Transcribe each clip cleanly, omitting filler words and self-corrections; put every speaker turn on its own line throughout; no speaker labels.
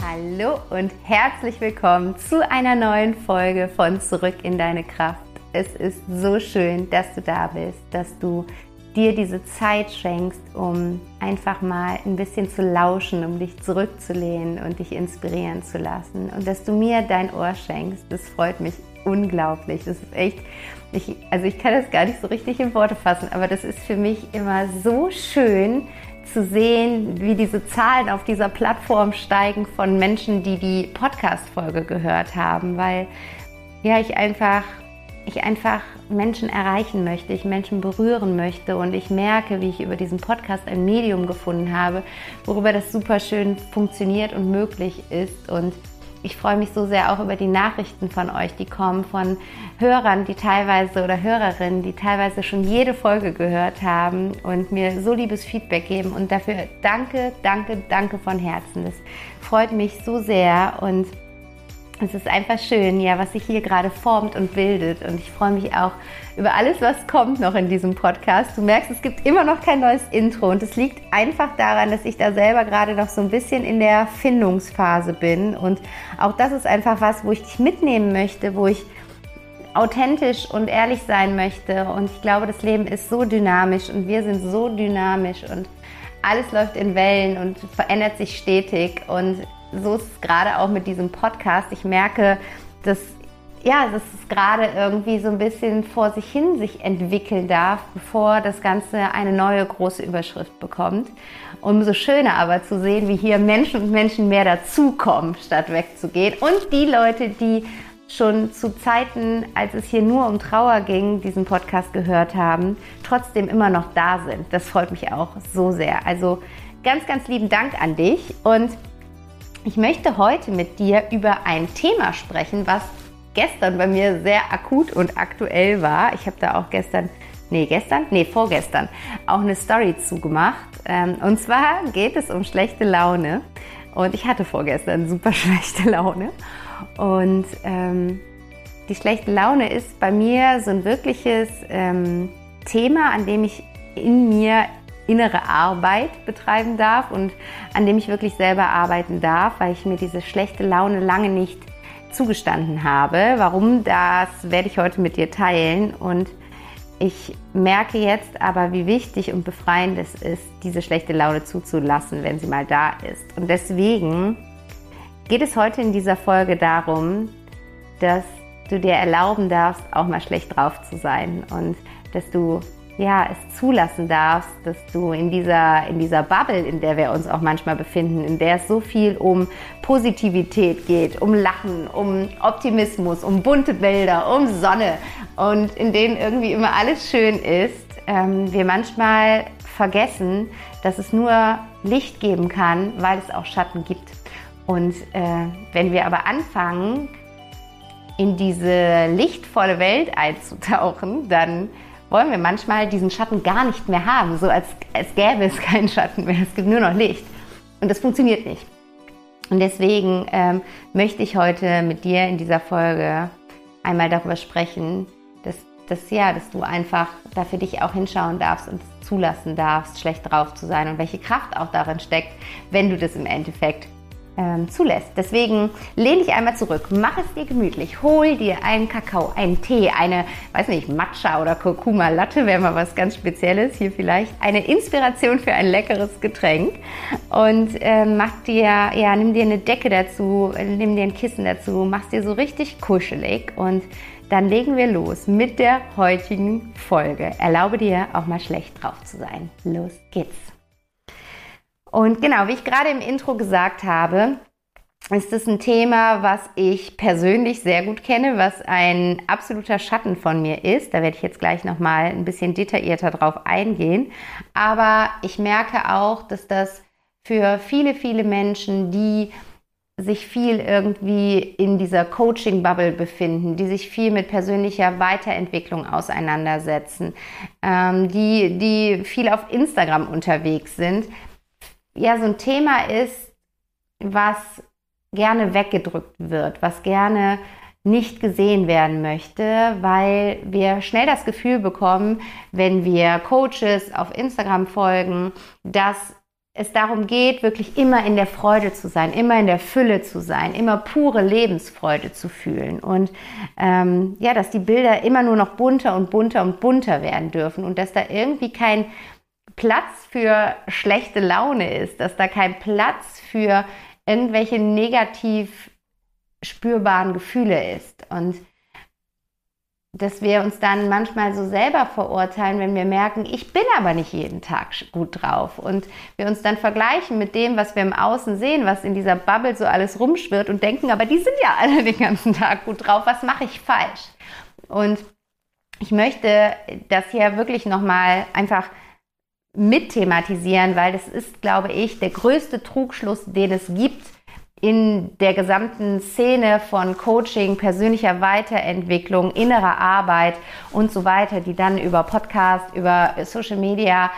Hallo und herzlich willkommen zu einer neuen Folge von Zurück in deine Kraft. Es ist so schön, dass du da bist, dass du dir diese Zeit schenkst, um einfach mal ein bisschen zu lauschen, um dich zurückzulehnen und dich inspirieren zu lassen. Und dass du mir dein Ohr schenkst, das freut mich unglaublich. Das ist echt, ich kann das gar nicht so richtig in Worte fassen, aber das ist für mich immer so schön, zu sehen, wie diese Zahlen auf dieser Plattform steigen von Menschen, die die Podcast-Folge gehört haben, weil ja, ich einfach Menschen erreichen möchte, ich Menschen berühren möchte und ich merke, wie ich über diesen Podcast ein Medium gefunden habe, worüber das super schön funktioniert und möglich ist. Und ich freue mich so sehr auch über die Nachrichten von euch, die kommen von Hörern, die teilweise oder Hörerinnen, die teilweise schon jede Folge gehört haben und mir so liebes Feedback geben. Und dafür danke von Herzen. Das freut mich so sehr und es ist einfach schön, ja, was sich hier gerade formt und bildet. Und ich freue mich auch über alles, was kommt noch in diesem Podcast. Du merkst, es gibt immer noch kein neues Intro. Und es liegt einfach daran, dass ich da selber gerade noch so ein bisschen in der Findungsphase bin. Und auch das ist einfach was, wo ich dich mitnehmen möchte, wo ich authentisch und ehrlich sein möchte. Und ich glaube, das Leben ist so dynamisch und wir sind so dynamisch. Und alles läuft in Wellen und verändert sich stetig. Und so ist es gerade auch mit diesem Podcast. Ich merke, dass es gerade irgendwie so ein bisschen vor sich hin sich entwickeln darf, bevor das Ganze eine neue große Überschrift bekommt. Umso schöner aber zu sehen, wie hier Menschen und Menschen mehr dazukommen, statt wegzugehen. Und die Leute, die schon zu Zeiten, als es hier nur um Trauer ging, diesen Podcast gehört haben, trotzdem immer noch da sind. Das freut mich auch so sehr. Also ganz, ganz lieben Dank an dich. Und ich möchte heute mit dir über ein Thema sprechen, was gestern bei mir sehr akut und aktuell war. Ich habe da auch vorgestern auch eine Story zugemacht. Und zwar geht es um schlechte Laune. Und ich hatte vorgestern super schlechte Laune. Und die schlechte Laune ist bei mir so ein wirkliches Thema, an dem ich in mir innere Arbeit betreiben darf und an dem ich wirklich selber arbeiten darf, weil ich mir diese schlechte Laune lange nicht zugestanden habe. Warum, das werde ich heute mit dir teilen. Und ich merke jetzt aber, wie wichtig und befreiend es ist, diese schlechte Laune zuzulassen, wenn sie mal da ist. Und deswegen geht es heute in dieser Folge darum, dass du dir erlauben darfst, auch mal schlecht drauf zu sein und dass du es zulassen darfst, dass du in dieser Bubble, in der wir uns auch manchmal befinden, in der es so viel um Positivität geht, um Lachen, um Optimismus, um bunte Bilder, um Sonne und in denen irgendwie immer alles schön ist, wir manchmal vergessen, dass es nur Licht geben kann, weil es auch Schatten gibt. Und wenn wir aber anfangen, in diese lichtvolle Welt einzutauchen, dann wollen wir manchmal diesen Schatten gar nicht mehr haben, so als gäbe es keinen Schatten mehr, es gibt nur noch Licht. Und das funktioniert nicht. Und deswegen möchte ich heute mit dir in dieser Folge einmal darüber sprechen, dass du einfach da für dich auch hinschauen darfst und zulassen darfst, schlecht drauf zu sein und welche Kraft auch darin steckt, wenn du das im Endeffekt zulässt. Deswegen lehn dich einmal zurück, mach es dir gemütlich, hol dir einen Kakao, einen Tee, eine, Matcha oder Kurkuma Latte wäre mal was ganz Spezielles, hier vielleicht eine Inspiration für ein leckeres Getränk und nimm dir eine Decke dazu, nimm dir ein Kissen dazu, mach's dir so richtig kuschelig und dann legen wir los mit der heutigen Folge. Erlaube dir auch mal schlecht drauf zu sein. Los geht's. Und genau, wie ich gerade im Intro gesagt habe, ist es ein Thema, was ich persönlich sehr gut kenne, was ein absoluter Schatten von mir ist. Da werde ich jetzt gleich nochmal ein bisschen detaillierter drauf eingehen. Aber ich merke auch, dass das für viele, viele Menschen, die sich viel irgendwie in dieser Coaching-Bubble befinden, die sich viel mit persönlicher Weiterentwicklung auseinandersetzen, die viel auf Instagram unterwegs sind, ja, so ein Thema ist, was gerne weggedrückt wird, was gerne nicht gesehen werden möchte, weil wir schnell das Gefühl bekommen, wenn wir Coaches auf Instagram folgen, dass es darum geht, wirklich immer in der Freude zu sein, immer in der Fülle zu sein, immer pure Lebensfreude zu fühlen und dass die Bilder immer nur noch bunter und bunter und bunter werden dürfen und dass da irgendwie kein Platz für schlechte Laune ist, dass da kein Platz für irgendwelche negativ spürbaren Gefühle ist und dass wir uns dann manchmal so selber verurteilen, wenn wir merken, ich bin aber nicht jeden Tag gut drauf und wir uns dann vergleichen mit dem, was wir im Außen sehen, was in dieser Bubble so alles rumschwirrt und denken, aber die sind ja alle den ganzen Tag gut drauf, was mache ich falsch? Und ich möchte das hier wirklich nochmal einfach mit thematisieren, weil das ist, glaube ich, der größte Trugschluss, den es gibt in der gesamten Szene von Coaching, persönlicher Weiterentwicklung, innerer Arbeit und so weiter, die dann über Podcast, über Social Media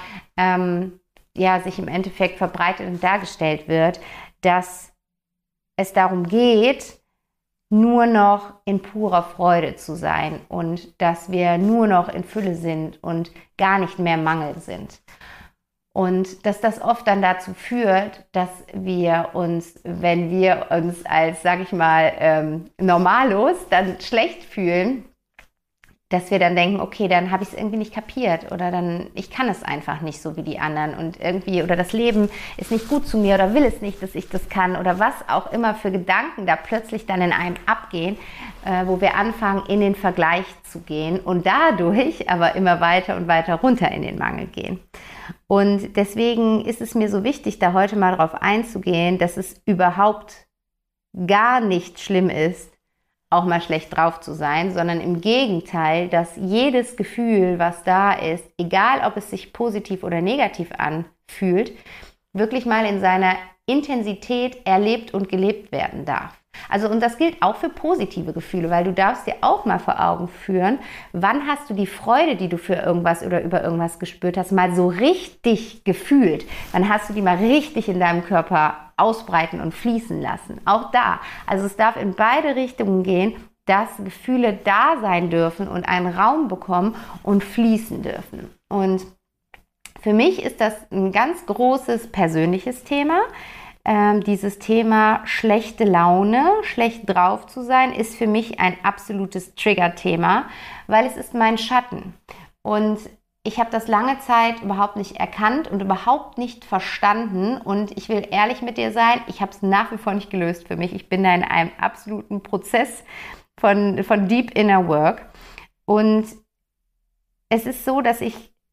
sich im Endeffekt verbreitet und dargestellt wird, dass es darum geht, nur noch in purer Freude zu sein und dass wir nur noch in Fülle sind und gar nicht mehr Mangel sind. Und dass das oft dann dazu führt, dass wir uns, wenn wir uns als, sage ich mal, normalos dann schlecht fühlen, dass wir dann denken, okay, dann habe ich es irgendwie nicht kapiert oder dann, ich kann es einfach nicht so wie die anderen und irgendwie, oder das Leben ist nicht gut zu mir oder will es nicht, dass ich das kann oder was auch immer für Gedanken da plötzlich dann in einem abgehen, wo wir anfangen, in den Vergleich zu gehen und dadurch aber immer weiter und weiter runter in den Mangel gehen. Und deswegen ist es mir so wichtig, da heute mal drauf einzugehen, dass es überhaupt gar nicht schlimm ist, auch mal schlecht drauf zu sein, sondern im Gegenteil, dass jedes Gefühl, was da ist, egal ob es sich positiv oder negativ anfühlt, wirklich mal in seiner Intensität erlebt und gelebt werden darf. Also, und das gilt auch für positive Gefühle, weil du darfst dir auch mal vor Augen führen, wann hast du die Freude, die du für irgendwas oder über irgendwas gespürt hast, mal so richtig gefühlt. Wann hast du die mal richtig in deinem Körper ausbreiten und fließen lassen. Auch da. Also es darf in beide Richtungen gehen, dass Gefühle da sein dürfen und einen Raum bekommen und fließen dürfen. Und für mich ist das ein ganz großes persönliches Thema. Dieses Thema schlechte Laune, schlecht drauf zu sein, ist für mich ein absolutes Trigger-Thema, weil es ist mein Schatten. Und ich habe das lange Zeit überhaupt nicht erkannt und überhaupt nicht verstanden. Und ich will ehrlich mit dir sein, ich habe es nach wie vor nicht gelöst für mich. Ich bin da in einem absoluten Prozess von Deep Inner Work. Und es ist so, dass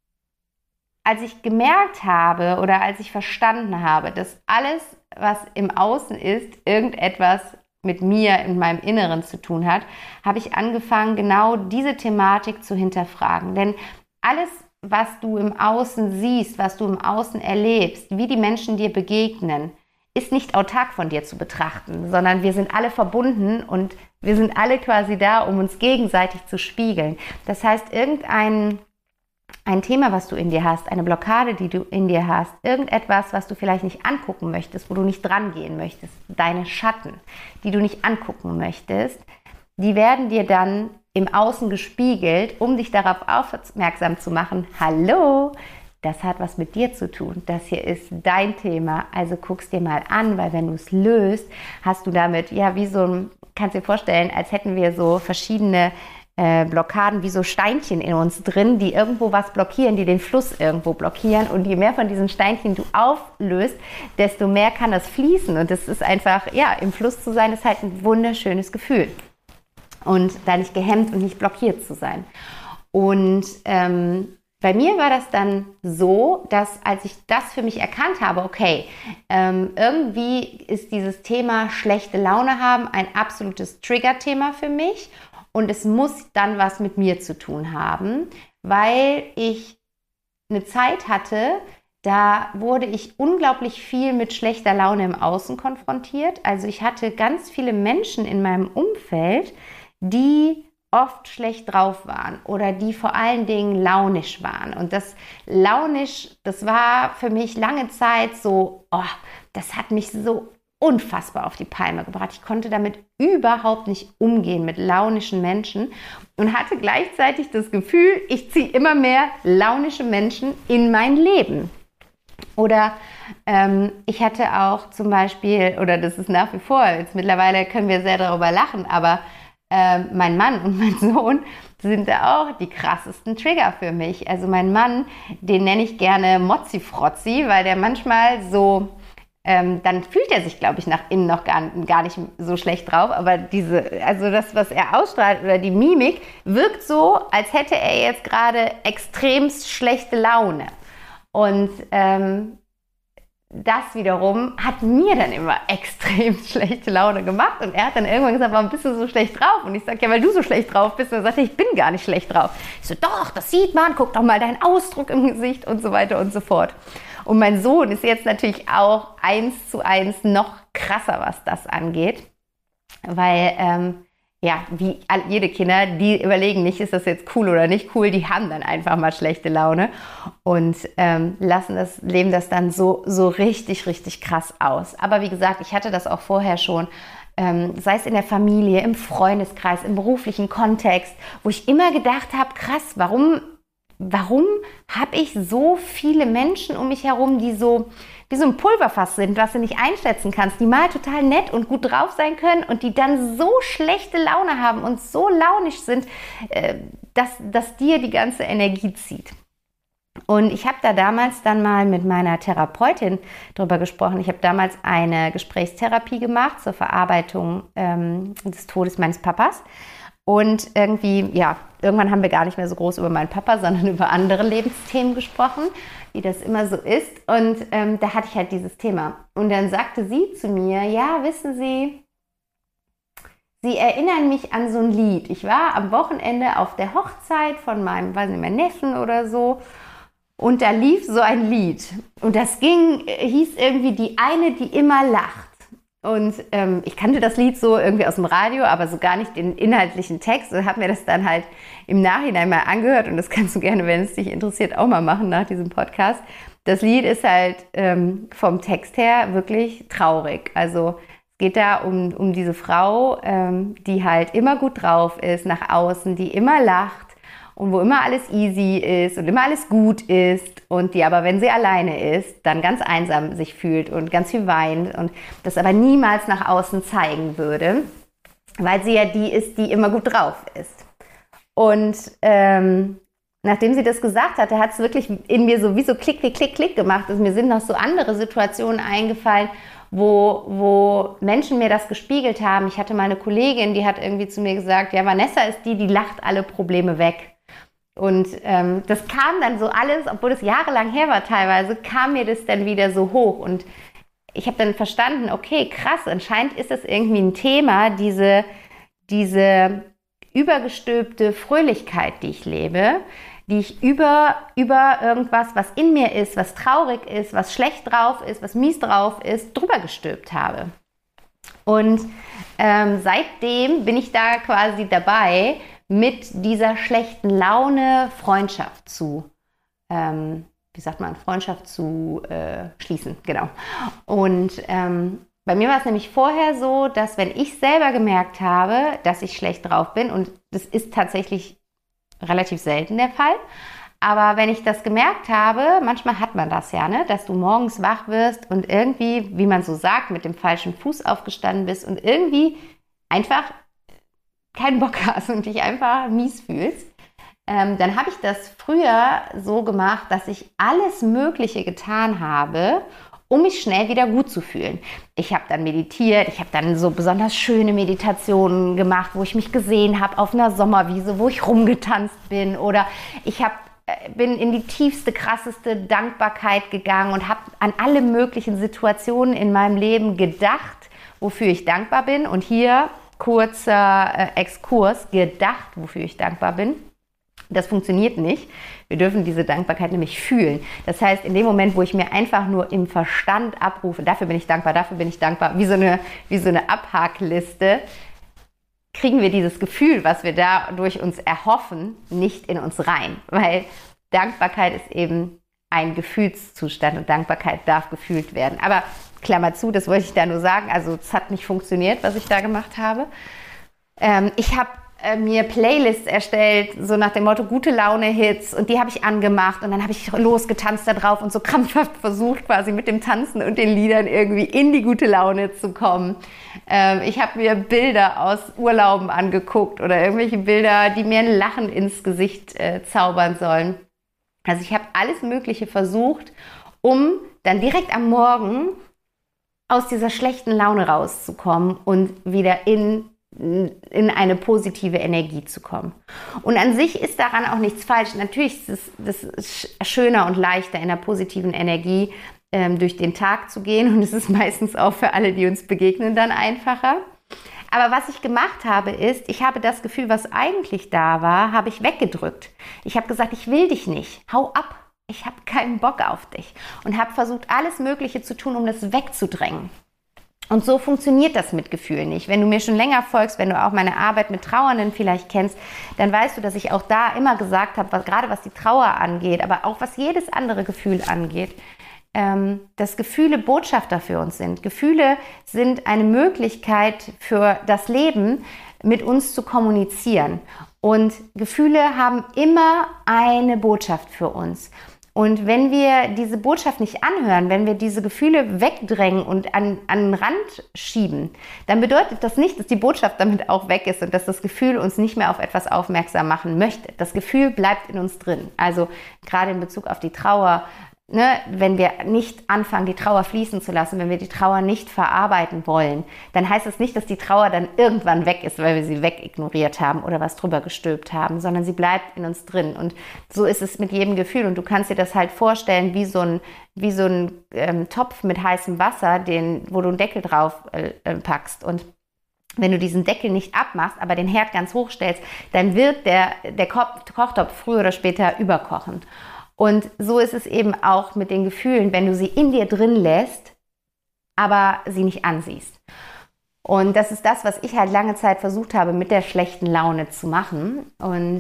als ich gemerkt habe oder als ich verstanden habe, dass alles, was im Außen ist, irgendetwas mit mir in meinem Inneren zu tun hat, habe ich angefangen, genau diese Thematik zu hinterfragen. Denn alles, was du im Außen siehst, was du im Außen erlebst, wie die Menschen dir begegnen, ist nicht autark von dir zu betrachten, sondern wir sind alle verbunden und wir sind alle quasi da, um uns gegenseitig zu spiegeln. Das heißt, ein Thema, was du in dir hast, eine Blockade, die du in dir hast, irgendetwas, was du vielleicht nicht angucken möchtest, wo du nicht dran gehen möchtest, deine Schatten, die du nicht angucken möchtest, die werden dir dann im Außen gespiegelt, um dich darauf aufmerksam zu machen, hallo, das hat was mit dir zu tun, das hier ist dein Thema, also guck's dir mal an, weil wenn du es löst, hast du damit, kannst dir vorstellen, als hätten wir so verschiedene Blockaden wie so Steinchen in uns drin, die irgendwo was blockieren, die den Fluss irgendwo blockieren. Und je mehr von diesen Steinchen du auflöst, desto mehr kann das fließen. Und das ist einfach, im Fluss zu sein, ist halt ein wunderschönes Gefühl. Und da nicht gehemmt und nicht blockiert zu sein. Und bei mir war das dann so, dass als ich das für mich erkannt habe, okay, irgendwie ist dieses Thema schlechte Laune haben ein absolutes Trigger-Thema für mich. Und es muss dann was mit mir zu tun haben, weil ich eine Zeit hatte, da wurde ich unglaublich viel mit schlechter Laune im Außen konfrontiert. Also ich hatte ganz viele Menschen in meinem Umfeld, die oft schlecht drauf waren oder die vor allen Dingen launisch waren. Und das launisch, das war für mich lange Zeit so, das hat mich so unfassbar auf die Palme gebracht. Ich konnte damit überhaupt nicht umgehen mit launischen Menschen und hatte gleichzeitig das Gefühl, ich ziehe immer mehr launische Menschen in mein Leben. Oder ich hatte auch zum Beispiel, oder das ist nach wie vor, jetzt mittlerweile können wir sehr darüber lachen, aber mein Mann und mein Sohn sind da auch die krassesten Trigger für mich. Also mein Mann, den nenne ich gerne Mozzi-Frozzi, weil der manchmal so, dann fühlt er sich, glaube ich, nach innen noch gar nicht so schlecht drauf, aber also das, was er ausstrahlt oder die Mimik, wirkt so, als hätte er jetzt gerade extremst schlechte Laune. Und das wiederum hat mir dann immer extrem schlechte Laune gemacht und er hat dann irgendwann gesagt, warum bist du so schlecht drauf? Und ich sage, ja, weil du so schlecht drauf bist. Und er sagte, ich bin gar nicht schlecht drauf. Ich so, doch, das sieht man, guck doch mal deinen Ausdruck im Gesicht und so weiter und so fort. Und mein Sohn ist jetzt natürlich auch 1:1 noch krasser, was das angeht, weil ja, wie jede Kinder, die überlegen nicht, ist das jetzt cool oder nicht cool, die haben dann einfach mal schlechte Laune und leben das dann so richtig, richtig krass aus. Aber wie gesagt, ich hatte das auch vorher schon, sei es in der Familie, im Freundeskreis, im beruflichen Kontext, wo ich immer gedacht habe, krass, warum habe ich so viele Menschen um mich herum, die so wie so ein Pulverfass sind, was du nicht einschätzen kannst, die mal total nett und gut drauf sein können und die dann so schlechte Laune haben und so launisch sind, dass dir die ganze Energie zieht. Und ich habe da damals dann mal mit meiner Therapeutin drüber gesprochen. Ich habe damals eine Gesprächstherapie gemacht zur Verarbeitung des Todes meines Papas. Und irgendwie, ja, irgendwann haben wir gar nicht mehr so groß über meinen Papa, sondern über andere Lebensthemen gesprochen, wie das immer so ist. Und da hatte ich halt dieses Thema. Und dann sagte sie zu mir, ja, wissen Sie, Sie erinnern mich an so ein Lied. Ich war am Wochenende auf der Hochzeit von meinem Neffen oder so. Und da lief so ein Lied. Und das hieß irgendwie die eine, die immer lacht. Und ich kannte das Lied so irgendwie aus dem Radio, aber so gar nicht den inhaltlichen Text und habe mir das dann halt im Nachhinein mal angehört. Und das kannst du gerne, wenn es dich interessiert, auch mal machen nach diesem Podcast. Das Lied ist halt vom Text her wirklich traurig. Also es geht da um diese Frau, die halt immer gut drauf ist nach außen, die immer lacht. Und wo immer alles easy ist und immer alles gut ist und die aber, wenn sie alleine ist, dann ganz einsam sich fühlt und ganz viel weint und das aber niemals nach außen zeigen würde, weil sie ja die ist, die immer gut drauf ist. Und nachdem sie das gesagt hatte, hat es wirklich in mir so wie so Klick, Klick, Klick, Klick gemacht. Also mir sind noch so andere Situationen eingefallen, wo Menschen mir das gespiegelt haben. Ich hatte mal eine Kollegin, die hat irgendwie zu mir gesagt, ja, Vanessa ist die lacht alle Probleme weg. Und das kam dann so alles, obwohl es jahrelang her war teilweise, kam mir das dann wieder so hoch. Und ich habe dann verstanden, okay, krass, anscheinend ist das irgendwie ein Thema, diese übergestülpte Fröhlichkeit, die ich lebe, die ich über irgendwas, was in mir ist, was traurig ist, was schlecht drauf ist, was mies drauf ist, drüber gestülpt habe. Und seitdem bin ich da quasi dabei, mit dieser schlechten Laune Freundschaft zu schließen. Genau. Und bei mir war es nämlich vorher so, dass wenn ich selber gemerkt habe, dass ich schlecht drauf bin, und das ist tatsächlich relativ selten der Fall, aber wenn ich das gemerkt habe, manchmal hat man das ja, ne, dass du morgens wach wirst und irgendwie, wie man so sagt, mit dem falschen Fuß aufgestanden bist und irgendwie einfach keinen Bock hast und dich einfach mies fühlst, dann habe ich das früher so gemacht, dass ich alles Mögliche getan habe, um mich schnell wieder gut zu fühlen. Ich habe dann meditiert, ich habe dann so besonders schöne Meditationen gemacht, wo ich mich gesehen habe auf einer Sommerwiese, wo ich rumgetanzt bin, oder ich bin in die tiefste, krasseste Dankbarkeit gegangen und habe an alle möglichen Situationen in meinem Leben gedacht, wofür ich dankbar bin. Und hier kurzer Exkurs, gedacht, wofür ich dankbar bin. Das funktioniert nicht. Wir dürfen diese Dankbarkeit nämlich fühlen. Das heißt, in dem Moment, wo ich mir einfach nur im Verstand abrufe, dafür bin ich dankbar, wie so eine Abhakliste, kriegen wir dieses Gefühl, was wir dadurch uns erhoffen, nicht in uns rein. Weil Dankbarkeit ist eben ein Gefühlszustand und Dankbarkeit darf gefühlt werden. Aber Klammer zu, das wollte ich da nur sagen. Also es hat nicht funktioniert, was ich da gemacht habe. Ich habe mir Playlists erstellt, so nach dem Motto gute Laune-Hits, und die habe ich angemacht und dann habe ich losgetanzt da drauf und so krampfhaft versucht, quasi mit dem Tanzen und den Liedern irgendwie in die gute Laune zu kommen. Ich habe mir Bilder aus Urlauben angeguckt oder irgendwelche Bilder, die mir ein Lachen ins Gesicht zaubern sollen. Also ich habe alles Mögliche versucht, um dann direkt am Morgen aus dieser schlechten Laune rauszukommen und wieder in eine positive Energie zu kommen. Und an sich ist daran auch nichts falsch. Natürlich ist das schöner und leichter, in einer positiven Energie durch den Tag zu gehen. Und es ist meistens auch für alle, die uns begegnen, dann einfacher. Aber was ich gemacht habe, ist, ich habe das Gefühl, was eigentlich da war, habe ich weggedrückt. Ich habe gesagt, ich will dich nicht. Hau ab. Ich habe keinen Bock auf dich. Und habe versucht, alles Mögliche zu tun, um das wegzudrängen. Und so funktioniert das mit Gefühlen nicht. Wenn du mir schon länger folgst, wenn du auch meine Arbeit mit Trauernden vielleicht kennst, dann weißt du, dass ich auch da immer gesagt habe, gerade was die Trauer angeht, aber auch was jedes andere Gefühl angeht, dass Gefühle Botschafter für uns sind. Gefühle sind eine Möglichkeit für das Leben, mit uns zu kommunizieren. Und Gefühle haben immer eine Botschaft für uns. Und wenn wir diese Botschaft nicht anhören, wenn wir diese Gefühle wegdrängen und an den Rand schieben, dann bedeutet das nicht, dass die Botschaft damit auch weg ist und dass das Gefühl uns nicht mehr auf etwas aufmerksam machen möchte. Das Gefühl bleibt in uns drin. Also gerade in Bezug auf die Trauer, wenn wir nicht anfangen, die Trauer fließen zu lassen, wenn wir die Trauer nicht verarbeiten wollen, dann heißt es nicht, dass die Trauer dann irgendwann weg ist, weil wir sie wegignoriert haben oder was drüber gestülpt haben, sondern sie bleibt in uns drin. Und so ist es mit jedem Gefühl. Und du kannst dir das halt vorstellen wie so ein Topf mit heißem Wasser, wo du einen Deckel drauf packst. Und wenn du diesen Deckel nicht abmachst, aber den Herd ganz hoch stellst, dann wird der Kochtopf früher oder später überkochen. Und so ist es eben auch mit den Gefühlen, wenn du sie in dir drin lässt, aber sie nicht ansiehst. Und das ist das, was ich halt lange Zeit versucht habe, mit der schlechten Laune zu machen. Und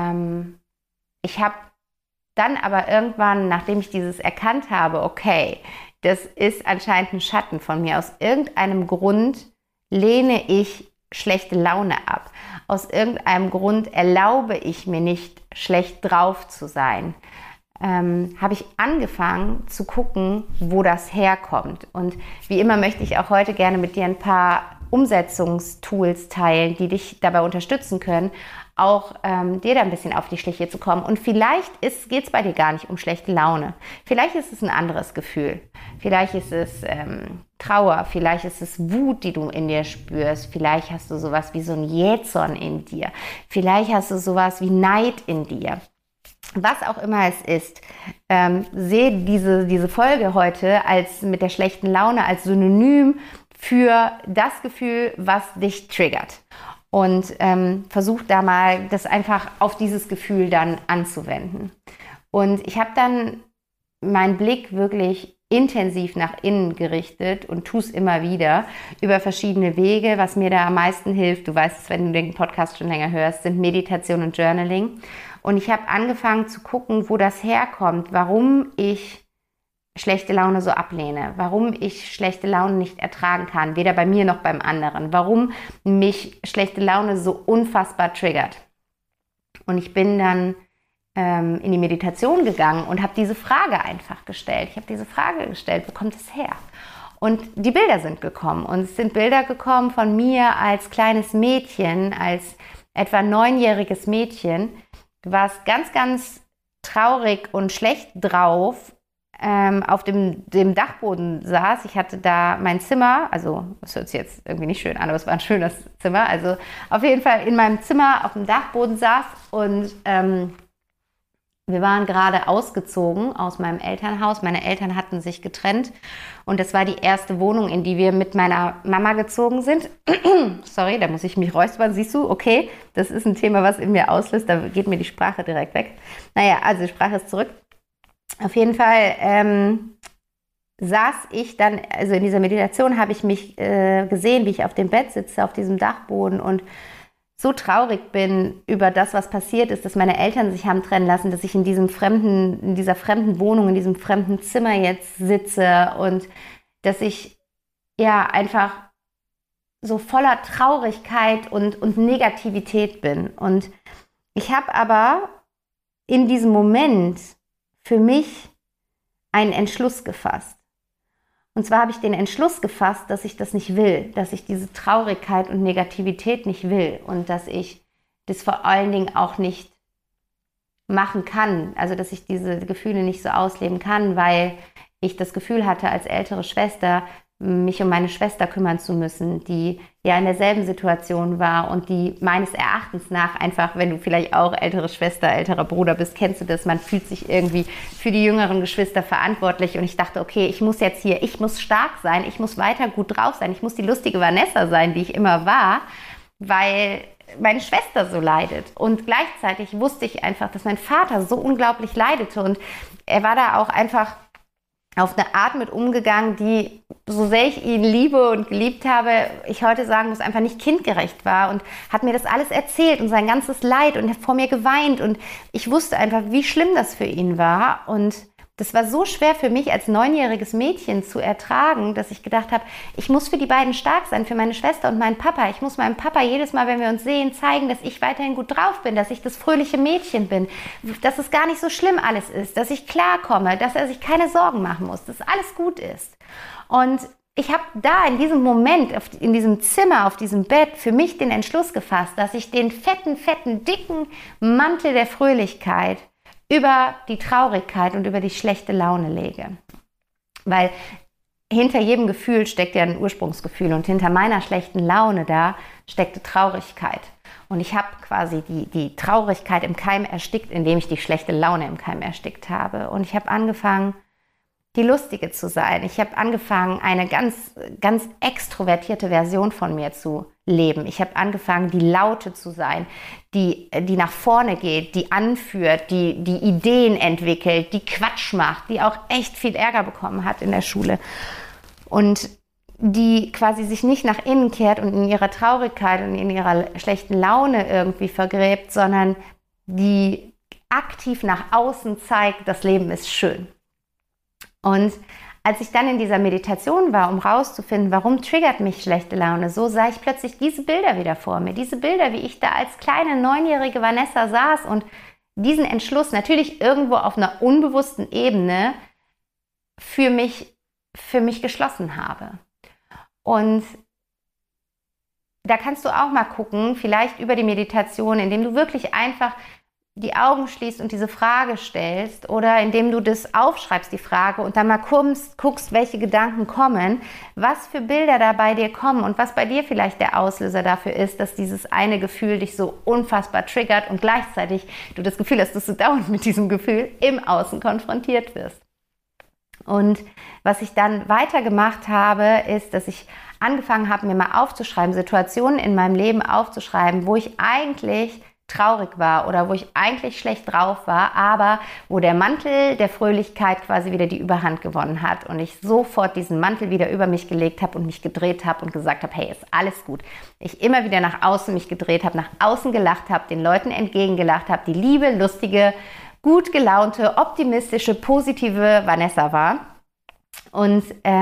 ich habe dann aber irgendwann, nachdem ich dieses erkannt habe, okay, das ist anscheinend ein Schatten von mir. Aus irgendeinem Grund lehne ich schlechte Laune ab. Aus irgendeinem Grund erlaube ich mir nicht, schlecht drauf zu sein. Habe ich angefangen zu gucken, wo das herkommt. Und wie immer möchte ich auch heute gerne mit dir ein paar Umsetzungstools teilen, die dich dabei unterstützen können, auch dir da ein bisschen auf die Schliche zu kommen. Und vielleicht geht es bei dir gar nicht um schlechte Laune. Vielleicht ist es ein anderes Gefühl. Vielleicht ist es Trauer, vielleicht ist es Wut, die du in dir spürst. Vielleicht hast du sowas wie so ein Jähzorn in dir. Vielleicht hast du sowas wie Neid in dir. Was auch immer es ist, sehe diese Folge heute mit der schlechten Laune als Synonym für das Gefühl, was dich triggert. Und versuch da mal, das einfach auf dieses Gefühl dann anzuwenden. Und ich habe dann meinen Blick wirklich intensiv nach innen gerichtet und tue es immer wieder über verschiedene Wege. Was mir da am meisten hilft, du weißt es, wenn du den Podcast schon länger hörst, sind Meditation und Journaling. Und ich habe angefangen zu gucken, wo das herkommt, warum ich schlechte Laune so ablehne, warum ich schlechte Laune nicht ertragen kann, weder bei mir noch beim anderen, warum mich schlechte Laune so unfassbar triggert. Und ich bin dann in die Meditation gegangen und habe diese Frage einfach gestellt. Ich habe diese Frage gestellt, wo kommt es her? Und die Bilder sind gekommen. Und es sind Bilder gekommen von mir als kleines Mädchen, als etwa 9-jähriges Mädchen, was ganz, ganz traurig und schlecht drauf auf dem Dachboden saß. Ich hatte da mein Zimmer, also das hört sich jetzt irgendwie nicht schön an, aber es war ein schönes Zimmer. Also auf jeden Fall in meinem Zimmer auf dem Dachboden saß und wir waren gerade ausgezogen aus meinem Elternhaus. Meine Eltern hatten sich getrennt und das war die erste Wohnung, in die wir mit meiner Mama gezogen sind. Sorry, da muss ich mich räuspern. Siehst du, okay, das ist ein Thema, was in mir auslöst. Da geht mir die Sprache direkt weg. Naja, also die Sprache ist zurück. Auf jeden Fall saß ich dann, also in dieser Meditation habe ich mich gesehen, wie ich auf dem Bett sitze, auf diesem Dachboden und so traurig bin über das, was passiert ist, dass meine Eltern sich haben trennen lassen, dass ich in dieser fremden Wohnung, in diesem fremden Zimmer jetzt sitze und dass ich ja einfach so voller Traurigkeit und Negativität bin. Und ich habe aber in diesem Moment für mich einen Entschluss gefasst. Und zwar habe ich den Entschluss gefasst, dass ich das nicht will, dass ich diese Traurigkeit und Negativität nicht will und dass ich das vor allen Dingen auch nicht machen kann, also dass ich diese Gefühle nicht so ausleben kann, weil ich das Gefühl hatte, als ältere Schwester mich um meine Schwester kümmern zu müssen, die ja in derselben Situation war und die meines Erachtens nach einfach, wenn du vielleicht auch ältere Schwester, älterer Bruder bist, kennst du das, man fühlt sich irgendwie für die jüngeren Geschwister verantwortlich und ich dachte, okay, ich muss stark sein, ich muss weiter gut drauf sein, ich muss die lustige Vanessa sein, die ich immer war, weil meine Schwester so leidet. Und gleichzeitig wusste ich einfach, dass mein Vater so unglaublich leidete und er war da auch einfach auf eine Art mit umgegangen, die, so sehr ich ihn liebe und geliebt habe, ich heute sagen muss, einfach nicht kindgerecht war und hat mir das alles erzählt und sein ganzes Leid und hat vor mir geweint und ich wusste einfach, wie schlimm das für ihn war und das war so schwer für mich als 9-jähriges Mädchen zu ertragen, dass ich gedacht habe, ich muss für die beiden stark sein, für meine Schwester und meinen Papa. Ich muss meinem Papa jedes Mal, wenn wir uns sehen, zeigen, dass ich weiterhin gut drauf bin, dass ich das fröhliche Mädchen bin, dass es gar nicht so schlimm alles ist, dass ich klarkomme, dass er sich keine Sorgen machen muss, dass alles gut ist. Und ich habe da in diesem Moment, in diesem Zimmer, auf diesem Bett für mich den Entschluss gefasst, dass ich den fetten, dicken Mantel der Fröhlichkeit über die Traurigkeit und über die schlechte Laune lege. Weil hinter jedem Gefühl steckt ja ein Ursprungsgefühl und hinter meiner schlechten Laune da steckte Traurigkeit. Und ich habe quasi die Traurigkeit im Keim erstickt, indem ich die schlechte Laune im Keim erstickt habe. Und ich habe angefangen, die Lustige zu sein. Ich habe angefangen, eine ganz extrovertierte Version von mir zu leben. Ich habe angefangen, die Laute zu sein, die nach vorne geht, die anführt, die Ideen entwickelt, die Quatsch macht, die auch echt viel Ärger bekommen hat in der Schule und die quasi sich nicht nach innen kehrt und in ihrer Traurigkeit und in ihrer schlechten Laune irgendwie vergräbt, sondern die aktiv nach außen zeigt, das Leben ist schön. Und als ich dann in dieser Meditation war, um rauszufinden, warum triggert mich schlechte Laune, so sah ich plötzlich diese Bilder wieder vor mir. Diese Bilder, wie ich da als kleine 9-jährige Vanessa saß und diesen Entschluss natürlich irgendwo auf einer unbewussten Ebene für mich geschlossen habe. Und da kannst du auch mal gucken, vielleicht über die Meditation, indem du wirklich einfach die Augen schließt und diese Frage stellst oder indem du das aufschreibst, die Frage, und dann mal guckst, welche Gedanken kommen, was für Bilder da bei dir kommen und was bei dir vielleicht der Auslöser dafür ist, dass dieses eine Gefühl dich so unfassbar triggert und gleichzeitig du das Gefühl hast, dass du dauernd mit diesem Gefühl im Außen konfrontiert wirst. Und was ich dann weiter gemacht habe, ist, dass ich angefangen habe, mir mal aufzuschreiben, Situationen in meinem Leben aufzuschreiben, wo ich eigentlich traurig war oder wo ich eigentlich schlecht drauf war, aber wo der Mantel der Fröhlichkeit quasi wieder die Überhand gewonnen hat und ich sofort diesen Mantel wieder über mich gelegt habe und mich gedreht habe und gesagt habe, hey, ist alles gut. Ich immer wieder nach außen mich gedreht habe, nach außen gelacht habe, den Leuten entgegengelacht habe, die liebe, lustige, gut gelaunte, optimistische, positive Vanessa war und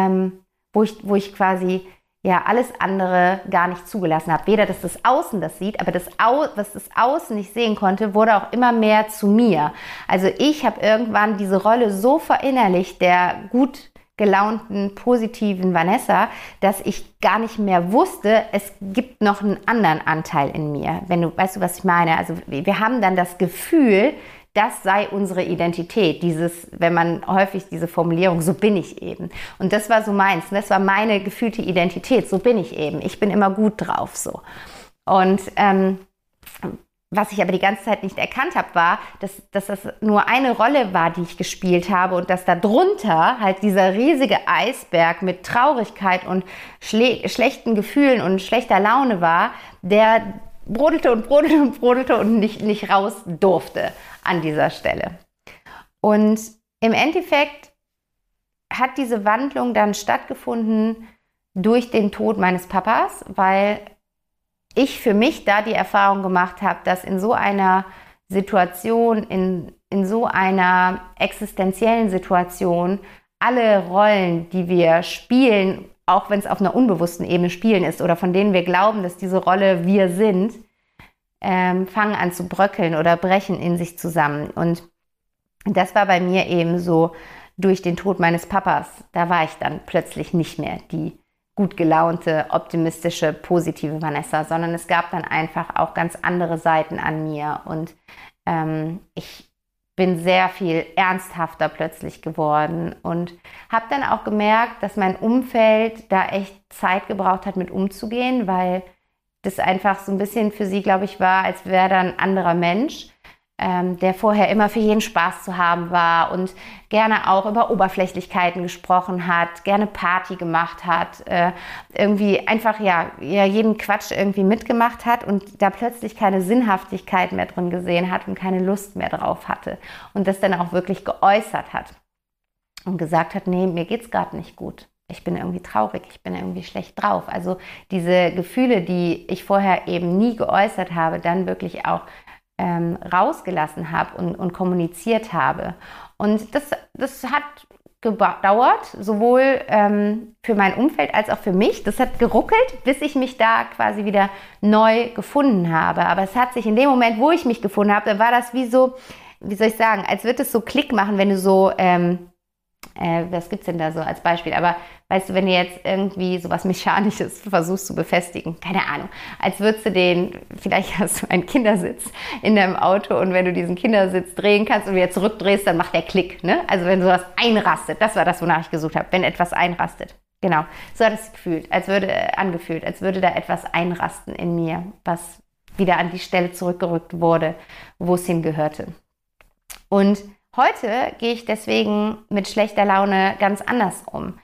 wo ich quasi alles andere gar nicht zugelassen habe. Weder, dass das Außen das sieht, aber was das Außen nicht sehen konnte, wurde auch immer mehr zu mir. Also ich habe irgendwann diese Rolle so verinnerlicht, der gut gelaunten, positiven Vanessa, dass ich gar nicht mehr wusste, es gibt noch einen anderen Anteil in mir. Weißt du, was ich meine? Also wir haben dann das Gefühl, das sei unsere Identität, wenn man häufig diese Formulierung, so bin ich eben. Und das war so meins, das war meine gefühlte Identität, so bin ich eben. Ich bin immer gut drauf, so. Und was ich aber die ganze Zeit nicht erkannt habe, war, dass das nur eine Rolle war, die ich gespielt habe und dass da drunter halt dieser riesige Eisberg mit Traurigkeit und schlechten Gefühlen und schlechter Laune war, der brodelte und nicht raus durfte an dieser Stelle. Und im Endeffekt hat diese Wandlung dann stattgefunden durch den Tod meines Papas, weil ich für mich da die Erfahrung gemacht habe, dass in so einer Situation, in so einer existenziellen Situation alle Rollen, die wir spielen, auch wenn es auf einer unbewussten Ebene spielen ist oder von denen wir glauben, dass diese Rolle wir sind, fangen an zu bröckeln oder brechen in sich zusammen. Und das war bei mir eben so durch den Tod meines Papas. Da war ich dann plötzlich nicht mehr die gut gelaunte, optimistische, positive Vanessa, sondern es gab dann einfach auch ganz andere Seiten an mir. Und ich bin sehr viel ernsthafter plötzlich geworden und habe dann auch gemerkt, dass mein Umfeld da echt Zeit gebraucht hat, mit umzugehen, weil das einfach so ein bisschen für sie, glaube ich, war, als wäre da ein anderer Mensch, der vorher immer für jeden Spaß zu haben war und gerne auch über Oberflächlichkeiten gesprochen hat, gerne Party gemacht hat, irgendwie einfach ja jeden Quatsch irgendwie mitgemacht hat und da plötzlich keine Sinnhaftigkeit mehr drin gesehen hat und keine Lust mehr drauf hatte und das dann auch wirklich geäußert hat und gesagt hat, nee, mir geht's gerade nicht gut. Ich bin irgendwie traurig, ich bin irgendwie schlecht drauf. Also diese Gefühle, die ich vorher eben nie geäußert habe, dann wirklich auch rausgelassen habe und kommuniziert habe. Und das hat gedauert, sowohl für mein Umfeld als auch für mich. Das hat geruckelt, bis ich mich da quasi wieder neu gefunden habe. Aber es hat sich in dem Moment, wo ich mich gefunden habe, da war das wie so, wie soll ich sagen, als würde es so Klick machen, wenn du so, was gibt's denn da so als Beispiel? Aber weißt du, wenn du jetzt irgendwie sowas Mechanisches versuchst zu befestigen, keine Ahnung, als würdest du vielleicht hast du einen Kindersitz in deinem Auto und wenn du diesen Kindersitz drehen kannst und wieder zurückdrehst, dann macht der Klick, ne? Also wenn sowas einrastet, das war das, wonach ich gesucht habe, wenn etwas einrastet. Genau, so hat es angefühlt, als würde da etwas einrasten in mir, was wieder an die Stelle zurückgerückt wurde, wo es hingehörte. Und heute gehe ich deswegen mit schlechter Laune ganz anders um.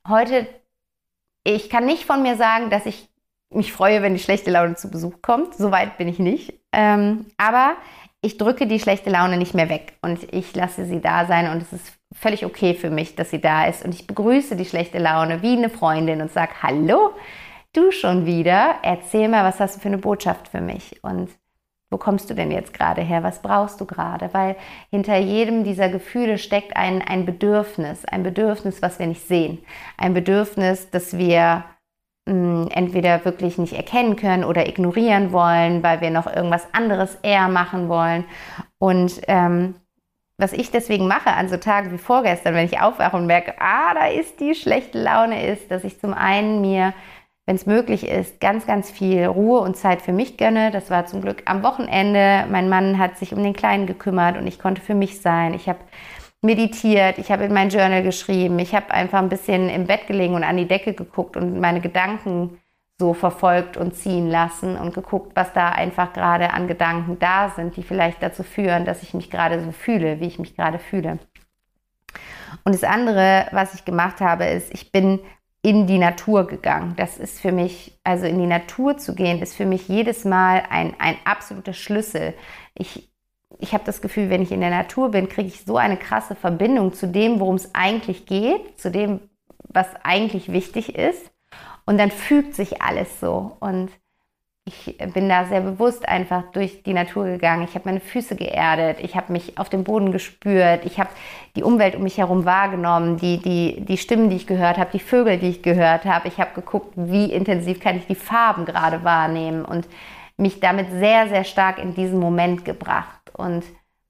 Ich kann nicht von mir sagen, dass ich mich freue, wenn die schlechte Laune zu Besuch kommt. So weit bin ich nicht. Aber ich drücke die schlechte Laune nicht mehr weg und ich lasse sie da sein und es ist völlig okay für mich, dass sie da ist. Und ich begrüße die schlechte Laune wie eine Freundin und sage, hallo, du schon wieder? Erzähl mal, was hast du für eine Botschaft für mich? Und wo kommst du denn jetzt gerade her? Was brauchst du gerade? Weil hinter jedem dieser Gefühle steckt ein Bedürfnis, was wir nicht sehen. Ein Bedürfnis, das wir entweder wirklich nicht erkennen können oder ignorieren wollen, weil wir noch irgendwas anderes eher machen wollen. Und was ich deswegen mache an so Tagen wie vorgestern, wenn ich aufwache und merke, da ist die schlechte Laune, ist, dass ich zum einen mir, wenn es möglich ist, ganz, ganz viel Ruhe und Zeit für mich gönne. Das war zum Glück am Wochenende. Mein Mann hat sich um den Kleinen gekümmert und ich konnte für mich sein. Ich habe meditiert, ich habe in mein Journal geschrieben, ich habe einfach ein bisschen im Bett gelegen und an die Decke geguckt und meine Gedanken so verfolgt und ziehen lassen und geguckt, was da einfach gerade an Gedanken da sind, die vielleicht dazu führen, dass ich mich gerade so fühle, wie ich mich gerade fühle. Und das andere, was ich gemacht habe, ist, ich bin in die Natur gegangen. Das ist für mich, also in die Natur zu gehen, ist für mich jedes Mal ein absoluter Schlüssel. Ich habe das Gefühl, wenn ich in der Natur bin, kriege ich so eine krasse Verbindung zu dem, worum es eigentlich geht, zu dem, was eigentlich wichtig ist. Und dann fügt sich alles so. Und ich bin da sehr bewusst einfach durch die Natur gegangen. Ich habe meine Füße geerdet, ich habe mich auf dem Boden gespürt, ich habe die Umwelt um mich herum wahrgenommen, die Stimmen, die ich gehört habe, die Vögel, die ich gehört habe. Ich habe geguckt, wie intensiv kann ich die Farben gerade wahrnehmen und mich damit sehr, sehr stark in diesen Moment gebracht und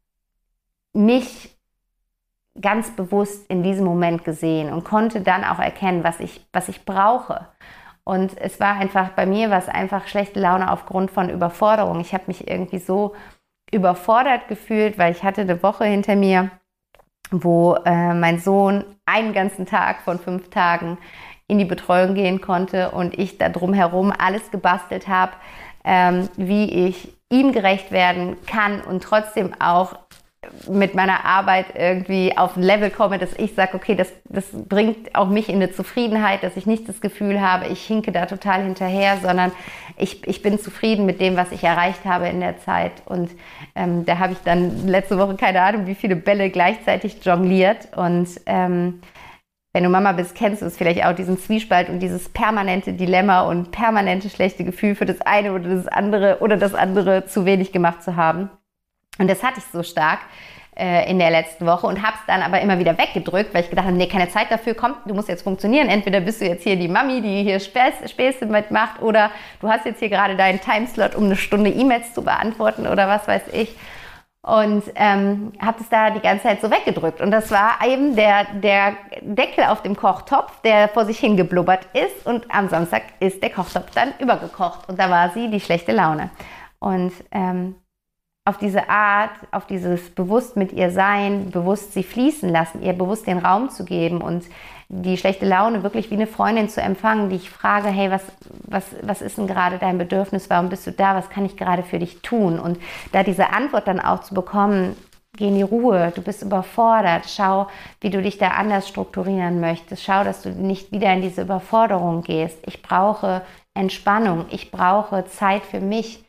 mich ganz bewusst in diesem Moment gesehen und konnte dann auch erkennen, was ich brauche. Und es war einfach, bei mir war es einfach schlechte Laune aufgrund von Überforderung. Ich habe mich irgendwie so überfordert gefühlt, weil ich hatte eine Woche hinter mir, wo mein Sohn einen ganzen Tag von 5 Tagen in die Betreuung gehen konnte und ich da drumherum alles gebastelt habe, wie ich ihm gerecht werden kann und trotzdem auch mit meiner Arbeit irgendwie auf ein Level komme, dass ich sage, okay, das bringt auch mich in eine Zufriedenheit, dass ich nicht das Gefühl habe, ich hinke da total hinterher, sondern ich bin zufrieden mit dem, was ich erreicht habe in der Zeit. Und da habe ich dann letzte Woche, keine Ahnung, wie viele Bälle gleichzeitig jongliert. Und wenn du Mama bist, kennst du es vielleicht auch, diesen Zwiespalt und dieses permanente Dilemma und permanente schlechte Gefühl für das eine oder das andere zu wenig gemacht zu haben. Und das hatte ich so stark, in der letzten Woche und habe es dann aber immer wieder weggedrückt, weil ich gedacht habe, nee, keine Zeit dafür, komm, du musst jetzt funktionieren. Entweder bist du jetzt hier die Mami, die hier Späße mitmacht, oder du hast jetzt hier gerade deinen Timeslot, um eine Stunde E-Mails zu beantworten oder was weiß ich. Und habe es da die ganze Zeit so weggedrückt. Und das war eben der Deckel auf dem Kochtopf, der vor sich hingeblubbert ist. Und am Samstag ist der Kochtopf dann übergekocht. Und da war sie die schlechte Laune. Und auf diese Art, auf dieses bewusst mit ihr sein, bewusst sie fließen lassen, ihr bewusst den Raum zu geben und die schlechte Laune wirklich wie eine Freundin zu empfangen, die ich frage, hey, was ist denn gerade dein Bedürfnis, warum bist du da, was kann ich gerade für dich tun? Und da diese Antwort dann auch zu bekommen, geh in die Ruhe, du bist überfordert, schau, wie du dich da anders strukturieren möchtest, schau, dass du nicht wieder in diese Überforderung gehst, ich brauche Entspannung, ich brauche Zeit für mich,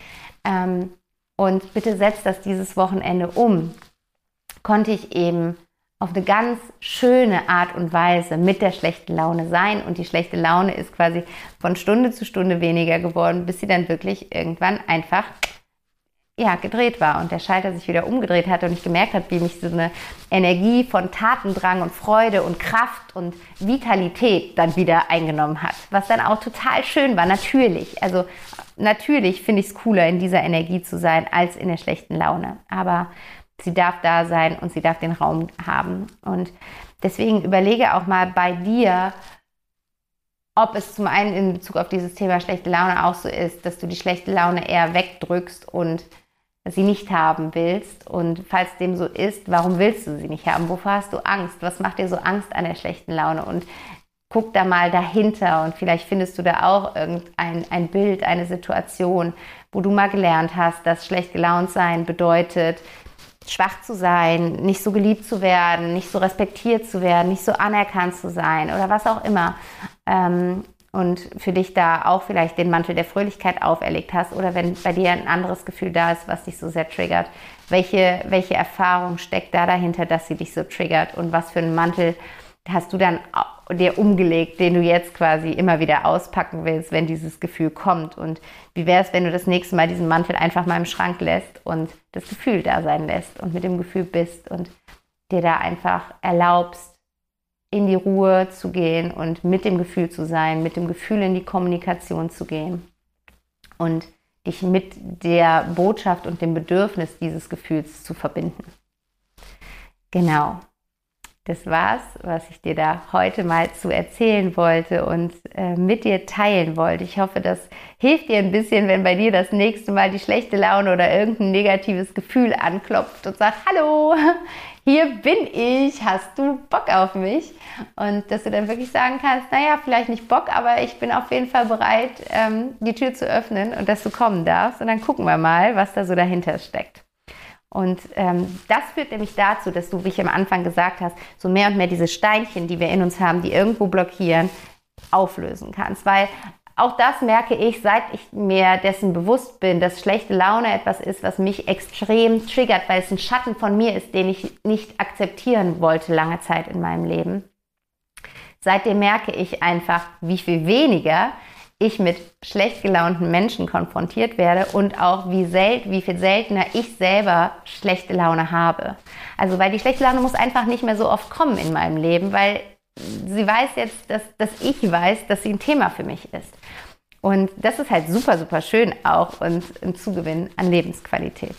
und bitte setz das dieses Wochenende um, konnte ich eben auf eine ganz schöne Art und Weise mit der schlechten Laune sein. Und die schlechte Laune ist quasi von Stunde zu Stunde weniger geworden, bis sie dann wirklich irgendwann einfach gedreht war und der Schalter sich wieder umgedreht hat und ich gemerkt habe, wie mich so eine Energie von Tatendrang und Freude und Kraft und Vitalität dann wieder eingenommen hat. Was dann auch total schön war, natürlich. Also natürlich finde ich es cooler, in dieser Energie zu sein, als in der schlechten Laune. Aber sie darf da sein und sie darf den Raum haben. Und deswegen überlege auch mal bei dir, ob es zum einen in Bezug auf dieses Thema schlechte Laune auch so ist, dass du die schlechte Laune eher wegdrückst und sie nicht haben willst. Und falls dem so ist, warum willst du sie nicht haben? Wovor hast du Angst? Was macht dir so Angst an der schlechten Laune? Und guck da mal dahinter und vielleicht findest du da auch ein Bild, eine Situation, wo du mal gelernt hast, dass schlecht gelaunt sein bedeutet, schwach zu sein, nicht so geliebt zu werden, nicht so respektiert zu werden, nicht so anerkannt zu sein oder was auch immer. Und für dich da auch vielleicht den Mantel der Fröhlichkeit auferlegt hast oder wenn bei dir ein anderes Gefühl da ist, was dich so sehr triggert, welche Erfahrung steckt da dahinter, dass sie dich so triggert und was für einen Mantel hast du dann dir umgelegt, den du jetzt quasi immer wieder auspacken willst, wenn dieses Gefühl kommt und wie wäre es, wenn du das nächste Mal diesen Mantel einfach mal im Schrank lässt und das Gefühl da sein lässt und mit dem Gefühl bist und dir da einfach erlaubst, in die Ruhe zu gehen und mit dem Gefühl zu sein, mit dem Gefühl in die Kommunikation zu gehen und dich mit der Botschaft und dem Bedürfnis dieses Gefühls zu verbinden. Genau, das war's, was ich dir da heute mal zu erzählen wollte und mit dir teilen wollte. Ich hoffe, das hilft dir ein bisschen, wenn bei dir das nächste Mal die schlechte Laune oder irgendein negatives Gefühl anklopft und sagt, hallo, hier bin ich, hast du Bock auf mich? Und dass du dann wirklich sagen kannst, naja, vielleicht nicht Bock, aber ich bin auf jeden Fall bereit, die Tür zu öffnen und dass du kommen darfst. Und dann gucken wir mal, was da so dahinter steckt. Und das führt nämlich dazu, dass du, wie ich am Anfang gesagt hast, so mehr und mehr diese Steinchen, die wir in uns haben, die irgendwo blockieren, auflösen kannst. Weil auch das merke ich, seit ich mir dessen bewusst bin, dass schlechte Laune etwas ist, was mich extrem triggert, weil es ein Schatten von mir ist, den ich nicht akzeptieren wollte lange Zeit in meinem Leben. Seitdem merke ich einfach, wie viel weniger ich mit schlecht gelaunten Menschen konfrontiert werde und auch wie viel seltener ich selber schlechte Laune habe. Also weil die schlechte Laune muss einfach nicht mehr so oft kommen in meinem Leben, weil sie weiß jetzt, dass ich weiß, dass sie ein Thema für mich ist. Und das ist halt super, super schön auch und ein Zugewinn an Lebensqualität.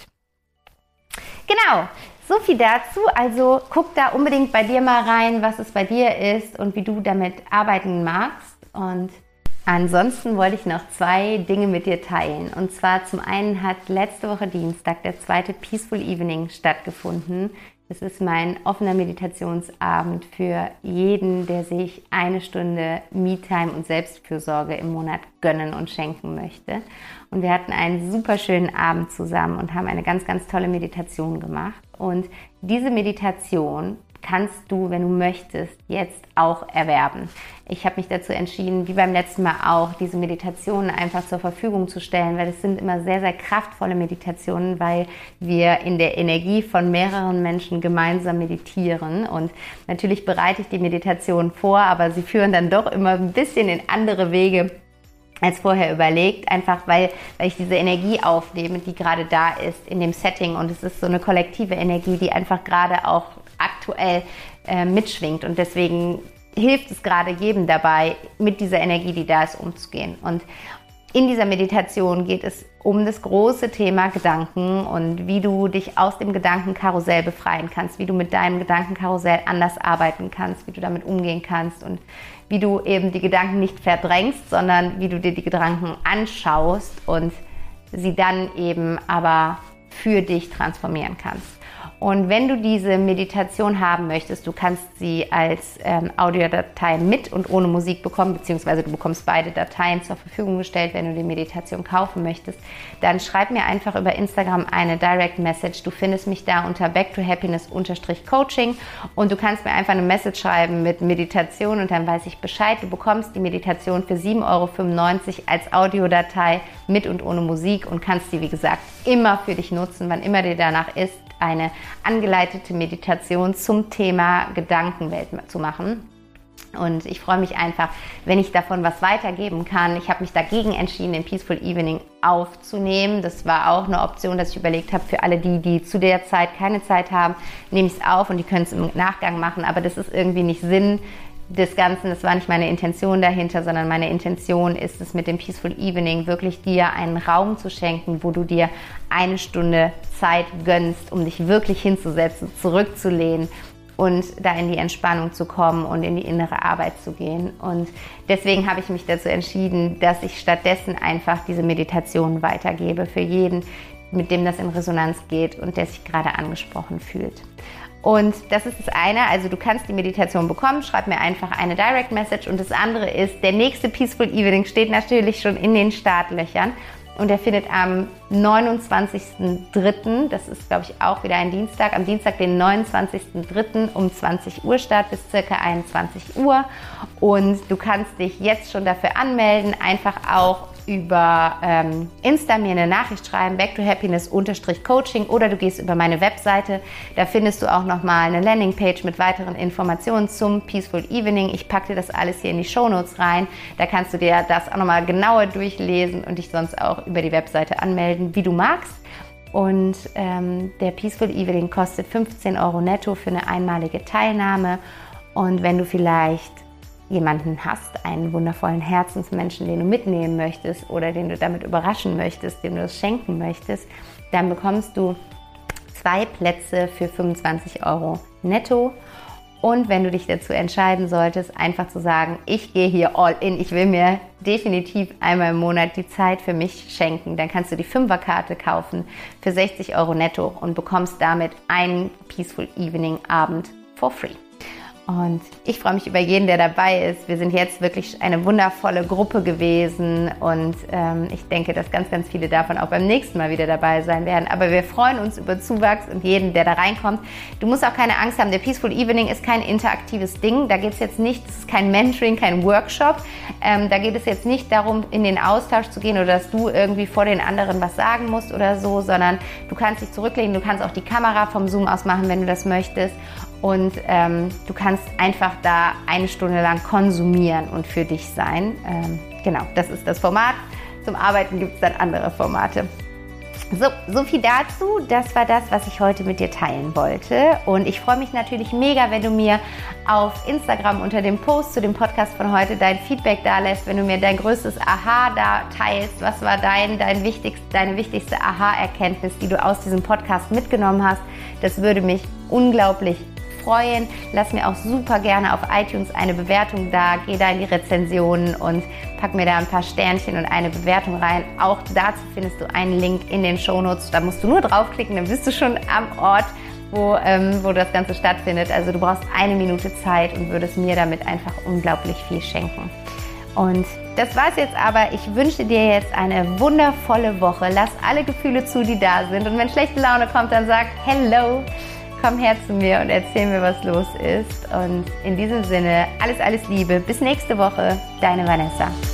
Genau, so viel dazu. Also guck da unbedingt bei dir mal rein, was es bei dir ist und wie du damit arbeiten magst. Und ansonsten wollte ich noch 2 Dinge mit dir teilen. Und zwar zum einen hat letzte Woche Dienstag der 2. Peaceful Evening stattgefunden. Es ist mein offener Meditationsabend für jeden, der sich 1 Stunde Me-Time und Selbstfürsorge im Monat gönnen und schenken möchte. Und wir hatten einen super schönen Abend zusammen und haben eine ganz, ganz tolle Meditation gemacht. Und diese Meditation kannst du, wenn du möchtest, jetzt auch erwerben. Ich habe mich dazu entschieden, wie beim letzten Mal auch, diese Meditationen einfach zur Verfügung zu stellen, weil es sind immer sehr, sehr kraftvolle Meditationen, weil wir in der Energie von mehreren Menschen gemeinsam meditieren. Und natürlich bereite ich die Meditation vor, aber sie führen dann doch immer ein bisschen in andere Wege, als vorher überlegt, einfach weil ich diese Energie aufnehme, die gerade da ist in dem Setting, und es ist so eine kollektive Energie, die einfach gerade auch aktuell mitschwingt, und deswegen hilft es gerade jedem dabei, mit dieser Energie, die da ist, umzugehen. Und in dieser Meditation geht es um das große Thema Gedanken und wie du dich aus dem Gedankenkarussell befreien kannst, wie du mit deinem Gedankenkarussell anders arbeiten kannst, wie du damit umgehen kannst und wie du eben die Gedanken nicht verdrängst, sondern wie du dir die Gedanken anschaust und sie dann eben aber für dich transformieren kannst. Und wenn du diese Meditation haben möchtest, du kannst sie als Audiodatei mit und ohne Musik bekommen, beziehungsweise du bekommst beide Dateien zur Verfügung gestellt, wenn du die Meditation kaufen möchtest, dann schreib mir einfach über Instagram eine Direct Message. Du findest mich da unter backtohappiness_coaching und du kannst mir einfach eine Message schreiben mit Meditation und dann weiß ich Bescheid. Du bekommst die Meditation für 7,95 € als Audiodatei mit und ohne Musik und kannst die, wie gesagt, immer für dich nutzen, wann immer dir danach ist, eine angeleitete Meditation zum Thema Gedankenwelt zu machen. Und ich freue mich einfach, wenn ich davon was weitergeben kann. Ich habe mich dagegen entschieden, den Peaceful Evening aufzunehmen. Das war auch eine Option, dass ich überlegt habe, für alle die zu der Zeit keine Zeit haben, nehme ich es auf und die können es im Nachgang machen. Aber das ist irgendwie nicht Sinn des Ganzen, das war nicht meine Intention dahinter, sondern meine Intention ist es, mit dem Peaceful Evening wirklich dir einen Raum zu schenken, wo du dir 1 Stunde Zeit gönnst, um dich wirklich hinzusetzen, zurückzulehnen und da in die Entspannung zu kommen und in die innere Arbeit zu gehen. Und deswegen habe ich mich dazu entschieden, dass ich stattdessen einfach diese Meditation weitergebe für jeden, mit dem das in Resonanz geht und der sich gerade angesprochen fühlt. Und das ist das eine, also du kannst die Meditation bekommen, schreib mir einfach eine Direct Message. Und das andere ist, der nächste Peaceful Evening steht natürlich schon in den Startlöchern und der findet am 29.03., das ist glaube ich auch wieder ein Dienstag, am Dienstag den 29.03. um 20 Uhr statt, bis ca. 21 Uhr. Und du kannst dich jetzt schon dafür anmelden, einfach auch über Insta mir eine Nachricht schreiben, backtohappiness_coaching, oder du gehst über meine Webseite, da findest du auch nochmal eine Landingpage mit weiteren Informationen zum Peaceful Evening. Ich packe dir das alles hier in die Shownotes rein, da kannst du dir das auch nochmal genauer durchlesen und dich sonst auch über die Webseite anmelden, wie du magst. Und der Peaceful Evening kostet 15 € netto für eine einmalige Teilnahme. Und wenn du vielleicht jemanden hast, einen wundervollen Herzensmenschen, den du mitnehmen möchtest oder den du damit überraschen möchtest, dem du es schenken möchtest, dann bekommst du 2 Plätze für 25 € netto. Und wenn du dich dazu entscheiden solltest, einfach zu sagen, ich gehe hier all in, ich will mir definitiv einmal im Monat die Zeit für mich schenken, dann kannst du die 5er-Karte kaufen für 60 € netto und bekommst damit einen Peaceful Evening Abend for free. Und ich freue mich über jeden, der dabei ist. Wir sind jetzt wirklich eine wundervolle Gruppe gewesen und ich denke, dass ganz, ganz viele davon auch beim nächsten Mal wieder dabei sein werden. Aber wir freuen uns über Zuwachs und jeden, der da reinkommt. Du musst auch keine Angst haben, der Peaceful Evening ist kein interaktives Ding. Da geht es jetzt nicht, es ist kein Mentoring, kein Workshop. Da geht es jetzt nicht darum, in den Austausch zu gehen oder dass du irgendwie vor den anderen was sagen musst oder so, sondern du kannst dich zurücklegen, du kannst auch die Kamera vom Zoom aus machen, wenn du das möchtest. Und du kannst einfach da 1 Stunde lang konsumieren und für dich sein. Genau, das ist das Format. Zum Arbeiten gibt es dann andere Formate. So viel dazu. Das war das, was ich heute mit dir teilen wollte. Und ich freue mich natürlich mega, wenn du mir auf Instagram unter dem Post zu dem Podcast von heute dein Feedback da lässt, wenn du mir dein größtes Aha da teilst. Was war deine wichtigste Aha-Erkenntnis, die du aus diesem Podcast mitgenommen hast? Das würde mich unglaublich freuen. Lass mir auch super gerne auf iTunes eine Bewertung da, geh da in die Rezensionen und pack mir da ein paar Sternchen und eine Bewertung rein. Auch dazu findest du einen Link in den Shownotes. Da musst du nur draufklicken, dann bist du schon am Ort, wo das Ganze stattfindet. Also du brauchst 1 Minute Zeit und würdest mir damit einfach unglaublich viel schenken. Und das war's jetzt aber. Ich wünsche dir jetzt eine wundervolle Woche. Lass alle Gefühle zu, die da sind. Und wenn schlechte Laune kommt, dann sag Hello. Komm her zu mir und erzähl mir, was los ist. Und in diesem Sinne, alles Liebe. Bis nächste Woche. Deine Vanessa.